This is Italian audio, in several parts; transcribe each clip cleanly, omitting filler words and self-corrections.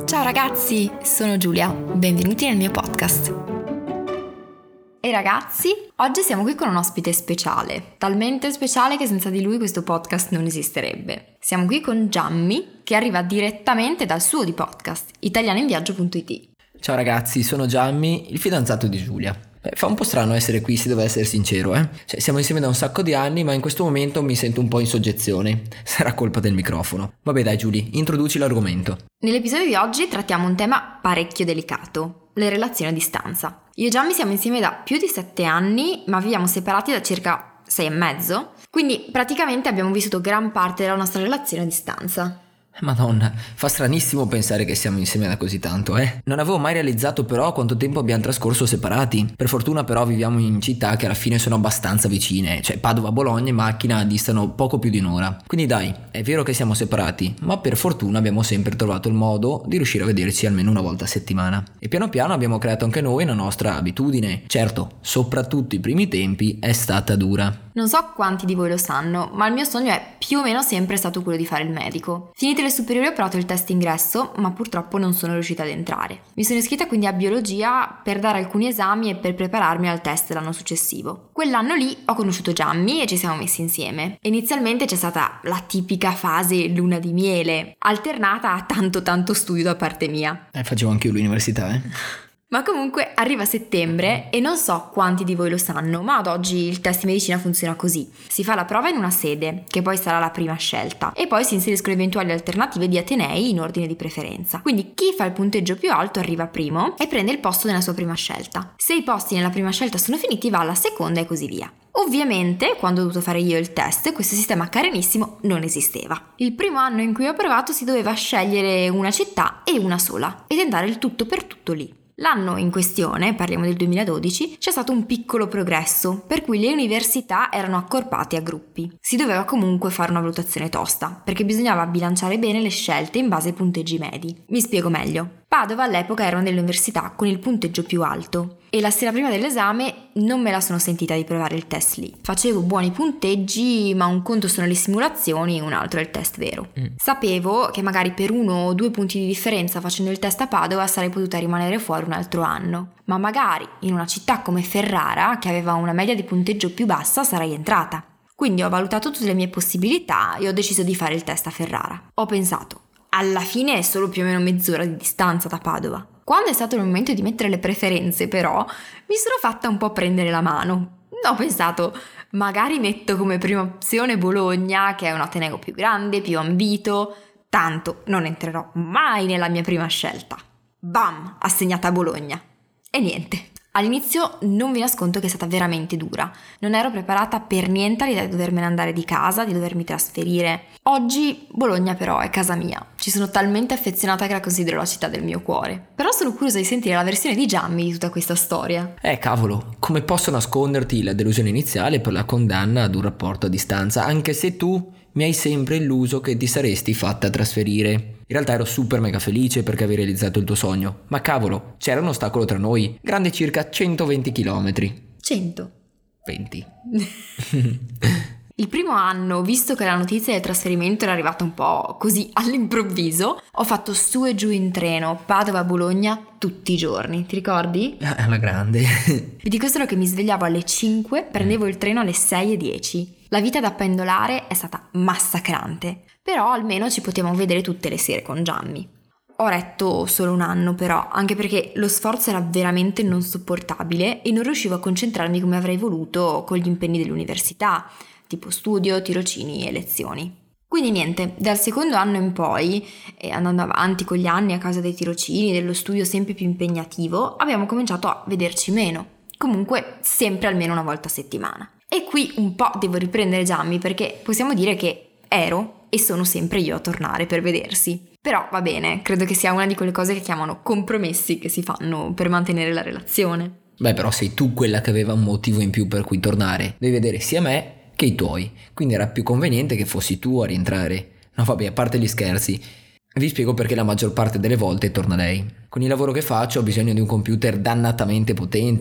Ciao ragazzi, sono Giulia, benvenuti nel mio podcast. E ragazzi, oggi siamo qui con un ospite speciale, talmente speciale che senza di lui questo podcast non esisterebbe. Siamo qui con Giammi, che arriva direttamente dal suo di podcast, italianoinviaggio.it. Ciao ragazzi, sono Giammi, il fidanzato di Giulia. Fa un po' strano essere qui, se devo essere sincero, siamo insieme da un sacco di anni, ma in questo momento mi sento un po' in soggezione. Sarà colpa del microfono. Vabbè dai Giulia, introduci l'argomento. Nell'episodio di oggi trattiamo un tema parecchio delicato, le relazioni a distanza. Io e Giammi siamo insieme da più di 7 anni, ma viviamo separati da circa 6 e mezzo, quindi praticamente abbiamo vissuto gran parte della nostra relazione a distanza. Madonna, fa stranissimo pensare che siamo insieme da così tanto, Non avevo mai realizzato però quanto tempo abbiamo trascorso separati. Per fortuna però viviamo in città che alla fine sono abbastanza vicine, cioè Padova-Bologna in macchina distano poco più di un'ora. Quindi dai, è vero che siamo separati, ma per fortuna abbiamo sempre trovato il modo di riuscire a vederci almeno una volta a settimana. E piano piano abbiamo creato anche noi una nostra abitudine. Certo, soprattutto i primi tempi è stata dura. Non so quanti di voi lo sanno, ma il mio sogno è più o meno sempre stato quello di fare il medico. Finite le superiori ho provato il test ingresso, ma purtroppo non sono riuscita ad entrare. Mi sono iscritta quindi a biologia per dare alcuni esami e per prepararmi al test l'anno successivo. Quell'anno lì ho conosciuto Giammi e ci siamo messi insieme. Inizialmente c'è stata la tipica fase luna di miele, alternata a tanto studio da parte mia. Facevo anche io l'università, Ma comunque arriva settembre e non so quanti di voi lo sanno, ma ad oggi il test di medicina funziona così. Si fa la prova in una sede, che poi sarà la prima scelta, e poi si inseriscono eventuali alternative di atenei in ordine di preferenza. Quindi chi fa il punteggio più alto arriva primo e prende il posto nella sua prima scelta. Se i posti nella prima scelta sono finiti, va alla seconda e così via. Ovviamente, quando ho dovuto fare io il test, questo sistema carinissimo non esisteva. Il primo anno in cui ho provato si doveva scegliere una città e una sola, e tentare il tutto per tutto lì. L'anno in questione, parliamo del 2012, c'è stato un piccolo progresso, per cui le università erano accorpate a gruppi. Si doveva comunque fare una valutazione tosta, perché bisognava bilanciare bene le scelte in base ai punteggi medi. Mi spiego meglio. Padova all'epoca era una delle università con il punteggio più alto e la sera prima dell'esame non me la sono sentita di provare il test lì. Facevo buoni punteggi, ma un conto sono le simulazioni e un altro è il test vero. Sapevo che magari per 1 o 2 punti di differenza facendo il test a Padova sarei potuta rimanere fuori un altro anno, ma magari in una città come Ferrara, che aveva una media di punteggio più bassa, sarei entrata. Quindi ho valutato tutte le mie possibilità e ho deciso di fare il test a Ferrara. Ho pensato, alla fine è solo più o meno mezz'ora di distanza da Padova. Quando è stato il momento di mettere le preferenze, però, mi sono fatta un po' prendere la mano. Ho pensato, magari metto come prima opzione Bologna, che è un ateneo più grande, più ambito. Tanto non entrerò mai nella mia prima scelta. Bam! Assegnata Bologna. E niente. All'inizio non vi nascondo che è stata veramente dura. Non ero preparata per niente all'idea di dovermene andare di casa, di dovermi trasferire. Oggi Bologna però è casa mia. Ci sono talmente affezionata che la considero la città del mio cuore. Però sono curiosa di sentire la versione di Giammi di tutta questa storia. Cavolo, come posso nasconderti la delusione iniziale per la condanna ad un rapporto a distanza, anche se tu mi hai sempre illuso che ti saresti fatta trasferire. In realtà ero super mega felice perché avevi realizzato il tuo sogno, ma cavolo, c'era un ostacolo tra noi, grande circa 120 km. 120. Il primo anno, visto che la notizia del trasferimento era arrivata un po' così all'improvviso, ho fatto su e giù in treno, Padova-Bologna, tutti i giorni, ti ricordi? Alla grande. Vi dico solo che mi svegliavo alle 5, prendevo il treno alle 6:10. La vita da pendolare è stata massacrante, però almeno ci potevamo vedere tutte le sere con Giammi. Ho retto solo un anno però, anche perché lo sforzo era veramente non sopportabile e non riuscivo a concentrarmi come avrei voluto con gli impegni dell'università, tipo studio, tirocini e lezioni. Quindi niente, dal secondo anno in poi, e andando avanti con gli anni a causa dei tirocini, dello studio sempre più impegnativo, abbiamo cominciato a vederci meno, comunque sempre almeno una volta a settimana. E qui un po' devo riprendere Giammi perché possiamo dire che ero e sono sempre io a tornare per vedersi. Però va bene, credo che sia una di quelle cose che chiamano compromessi che si fanno per mantenere la relazione. Beh, però sei tu quella che aveva un motivo in più per cui tornare. Devi vedere sia me che i tuoi, quindi era più conveniente che fossi tu a rientrare. No vabbè, a parte gli scherzi, vi spiego perché la maggior parte delle volte torna lei. Con il lavoro che faccio ho bisogno di un computer dannatamente potente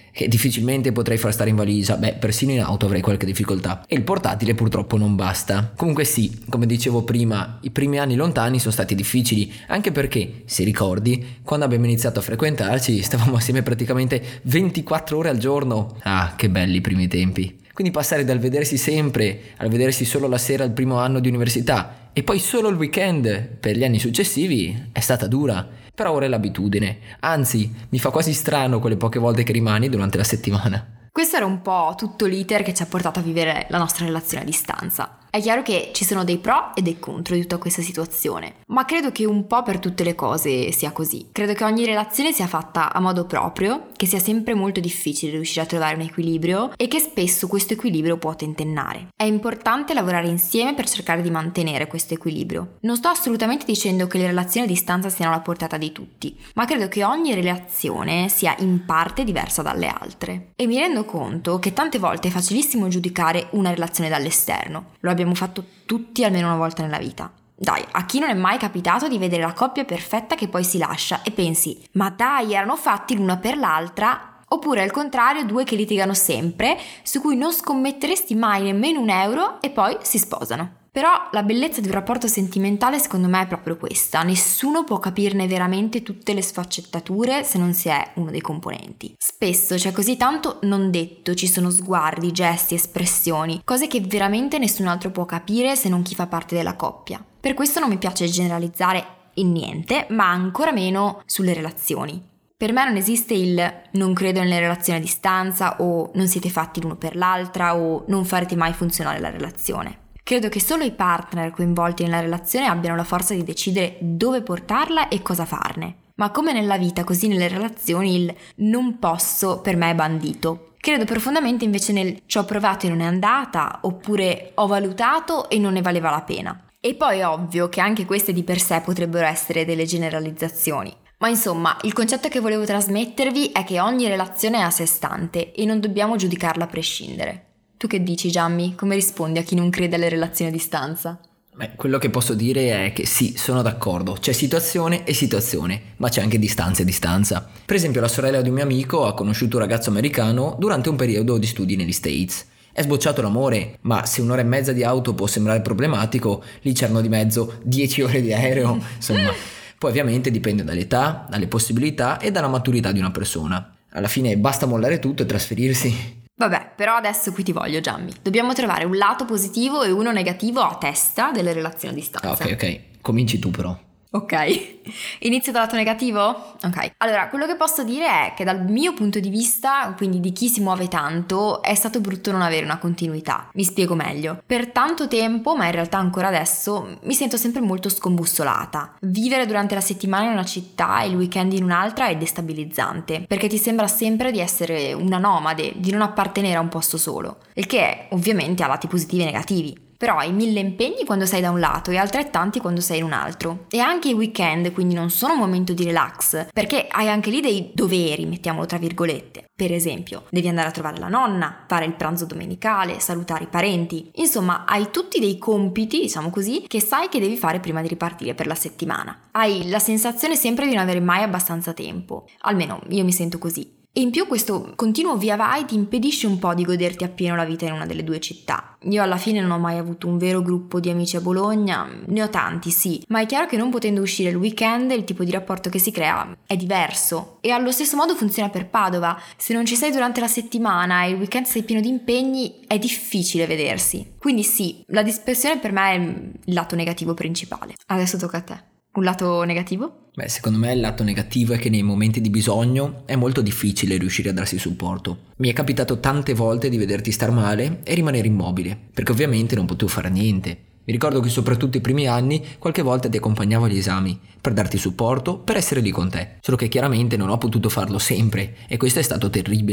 che difficilmente potrei far stare in valigia, persino in auto avrei qualche difficoltà, e il portatile purtroppo non basta. Comunque sì, come dicevo prima, i primi anni lontani sono stati difficili, anche perché, se ricordi, quando abbiamo iniziato a frequentarci stavamo assieme praticamente 24 ore al giorno. Ah, che belli i primi tempi. Quindi passare dal vedersi sempre al vedersi solo la sera al primo anno di università e poi solo il weekend per gli anni successivi è stata dura. Però ora è l'abitudine, anzi mi fa quasi strano quelle poche volte che rimani durante la settimana. Questo era un po' tutto l'iter che ci ha portato a vivere la nostra relazione a distanza. È chiaro che ci sono dei pro e dei contro di tutta questa situazione, ma credo che un po' per tutte le cose sia così. Credo che ogni relazione sia fatta a modo proprio, che sia sempre molto difficile riuscire a trovare un equilibrio e che spesso questo equilibrio può tentennare. È importante lavorare insieme per cercare di mantenere questo equilibrio. Non sto assolutamente dicendo che le relazioni a distanza siano alla portata di tutti, ma credo che ogni relazione sia in parte diversa dalle altre. E mi rendo conto che tante volte è facilissimo giudicare una relazione dall'esterno. Lo abbiamo fatto tutti almeno una volta nella vita. Dai, a chi non è mai capitato di vedere la coppia perfetta che poi si lascia e pensi, ma dai, erano fatti l'una per l'altra? Oppure al contrario, due che litigano sempre, su cui non scommetteresti mai nemmeno €1 e poi si sposano. Però la bellezza di un rapporto sentimentale secondo me è proprio questa, nessuno può capirne veramente tutte le sfaccettature se non si è uno dei componenti. Spesso c'è così tanto non detto, ci sono sguardi, gesti, espressioni, cose che veramente nessun altro può capire se non chi fa parte della coppia. Per questo non mi piace generalizzare in niente, ma ancora meno sulle relazioni. Per me non esiste il non credo nelle relazioni a distanza o non siete fatti l'uno per l'altra o non farete mai funzionare la relazione. Credo che solo i partner coinvolti nella relazione abbiano la forza di decidere dove portarla e cosa farne. Ma come nella vita, così nelle relazioni il non posso per me è bandito. Credo profondamente invece nel ci ho provato e non è andata, oppure ho valutato e non ne valeva la pena. E poi è ovvio che anche queste di per sé potrebbero essere delle generalizzazioni. Ma insomma, il concetto che volevo trasmettervi è che ogni relazione è a sé stante e non dobbiamo giudicarla a prescindere. Tu che dici, Gianni? Come rispondi a chi non crede alle relazioni a distanza? Quello che posso dire è che sì, sono d'accordo, c'è situazione e situazione, ma c'è anche distanza e distanza. Per esempio la sorella di un mio amico ha conosciuto un ragazzo americano durante un periodo di studi negli States. È sbocciato l'amore, ma se 1 ora e mezza di auto può sembrare problematico, lì c'erano di mezzo 10 ore di aereo, insomma. Poi ovviamente dipende dall'età, dalle possibilità e dalla maturità di una persona. Alla fine basta mollare tutto e trasferirsi. Vabbè, però adesso qui ti voglio, Gianni. Dobbiamo trovare un lato positivo e uno negativo a testa delle relazioni a distanza. Ok, cominci tu però. Ok, inizio dal lato negativo? Ok, allora quello che posso dire è che dal mio punto di vista, quindi di chi si muove tanto, è stato brutto non avere una continuità. Mi spiego meglio. Per tanto tempo, ma in realtà ancora adesso, mi sento sempre molto scombussolata. Vivere durante la settimana in una città e il weekend in un'altra è destabilizzante, perché ti sembra sempre di essere una nomade, di non appartenere a un posto solo, il che ovviamente ha lati positivi e negativi. Però hai 1000 impegni quando sei da un lato e altrettanti quando sei in un altro. E anche i weekend quindi non sono un momento di relax, perché hai anche lì dei doveri, mettiamolo tra virgolette. Per esempio, devi andare a trovare la nonna, fare il pranzo domenicale, salutare i parenti. Insomma, hai tutti dei compiti, diciamo così, che sai che devi fare prima di ripartire per la settimana. Hai la sensazione sempre di non avere mai abbastanza tempo. Almeno io mi sento così. E in più questo continuo via vai ti impedisce un po' di goderti appieno la vita in una delle due città. Io alla fine non ho mai avuto un vero gruppo di amici a Bologna, ne ho tanti sì, ma è chiaro che non potendo uscire il weekend il tipo di rapporto che si crea è diverso. E allo stesso modo funziona per Padova, se non ci sei durante la settimana e il weekend sei pieno di impegni è difficile vedersi. Quindi sì, la dispersione per me è il lato negativo principale. Adesso tocca a te. Un lato negativo? Secondo me il lato negativo è che nei momenti di bisogno è molto difficile riuscire a darsi supporto. Mi è capitato tante volte di vederti star male e rimanere immobile, perché ovviamente non potevo fare niente. Mi ricordo che soprattutto i primi anni qualche volta ti accompagnavo agli esami, per darti supporto, per essere lì con te. Solo che chiaramente non ho potuto farlo sempre e questo è stato terribile.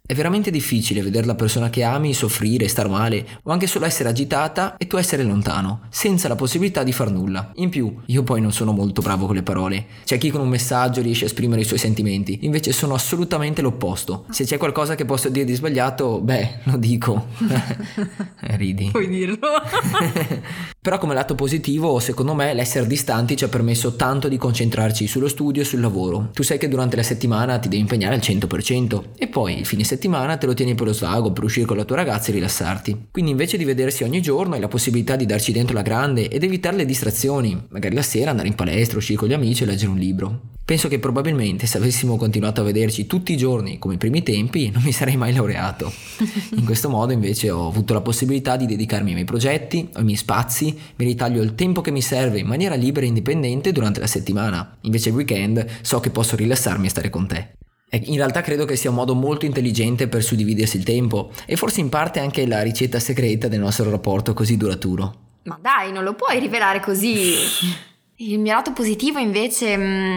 È veramente difficile vedere la persona che ami soffrire, star male o anche solo essere agitata e tu essere lontano, senza la possibilità di far nulla. In più, io poi non sono molto bravo con le parole. C'è chi con un messaggio riesce a esprimere i suoi sentimenti, invece sono assolutamente l'opposto. Se c'è qualcosa che posso dire di sbagliato, lo dico. Ridi. Puoi dirlo. Però come lato positivo, secondo me, l'essere distanti ci ha permesso tanto di concentrarci sullo studio e sul lavoro. Tu sai che durante la settimana ti devi impegnare al 100% e poi il fine settimana te lo tieni per lo svago, per uscire con la tua ragazza e rilassarti. Quindi invece di vedersi ogni giorno hai la possibilità di darci dentro la grande ed evitare le distrazioni, magari la sera andare in palestra, uscire con gli amici e leggere un libro. Penso che probabilmente se avessimo continuato a vederci tutti i giorni come i primi tempi non mi sarei mai laureato. In questo modo invece ho avuto la possibilità di dedicarmi ai miei progetti, ai miei spazi, mi ritaglio il tempo che mi serve in maniera libera e indipendente durante la settimana. Invece il weekend so che posso rilassarmi e stare con te. In realtà credo che sia un modo molto intelligente per suddividersi il tempo e forse in parte anche la ricetta segreta del nostro rapporto così duraturo. Ma dai, non lo puoi rivelare così. Il mio lato positivo invece,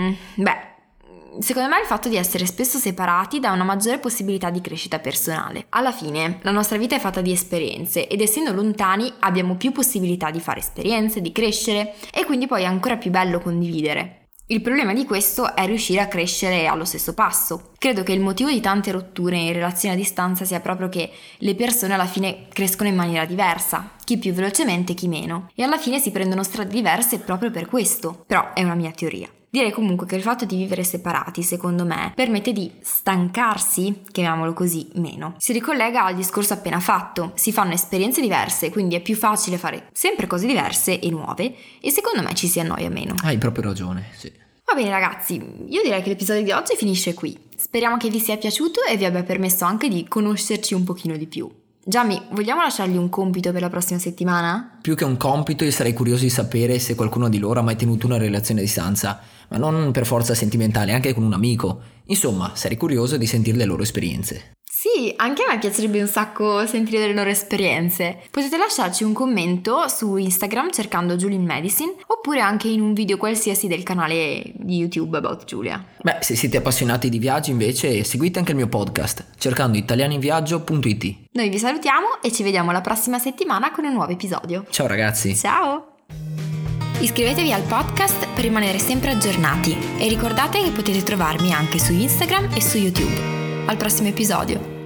secondo me il fatto di essere spesso separati dà una maggiore possibilità di crescita personale. Alla fine, la nostra vita è fatta di esperienze ed essendo lontani abbiamo più possibilità di fare esperienze, di crescere e quindi poi è ancora più bello condividere. Il problema di questo è riuscire a crescere allo stesso passo. Credo che il motivo di tante rotture in relazioni a distanza sia proprio che le persone alla fine crescono in maniera diversa, chi più velocemente, chi meno, e alla fine si prendono strade diverse proprio per questo. Però è una mia teoria. Direi comunque che il fatto di vivere separati, secondo me, permette di stancarsi, chiamiamolo così, meno. Si ricollega al discorso appena fatto, si fanno esperienze diverse, quindi è più facile fare sempre cose diverse e nuove, e secondo me ci si annoia meno. Hai proprio ragione, sì. Va bene ragazzi, io direi che l'episodio di oggi finisce qui. Speriamo che vi sia piaciuto e vi abbia permesso anche di conoscerci un pochino di più. Gianni, vogliamo lasciargli un compito per la prossima settimana? Più che un compito, io sarei curioso di sapere se qualcuno di loro ha mai tenuto una relazione a distanza, ma non per forza sentimentale, anche con un amico. Insomma, sarei curioso di sentire le loro esperienze. Sì, anche a me piacerebbe un sacco sentire delle loro esperienze. Potete lasciarci un commento su Instagram cercando Julie in Medicine oppure anche in un video qualsiasi del canale di YouTube About Giulia. Se siete appassionati di viaggi invece seguite anche il mio podcast cercando italianinviaggio.it. Noi vi salutiamo e ci vediamo la prossima settimana con un nuovo episodio. Ciao ragazzi. Ciao! Iscrivetevi al podcast per rimanere sempre aggiornati e ricordate che potete trovarmi anche su Instagram e su YouTube. Al prossimo episodio!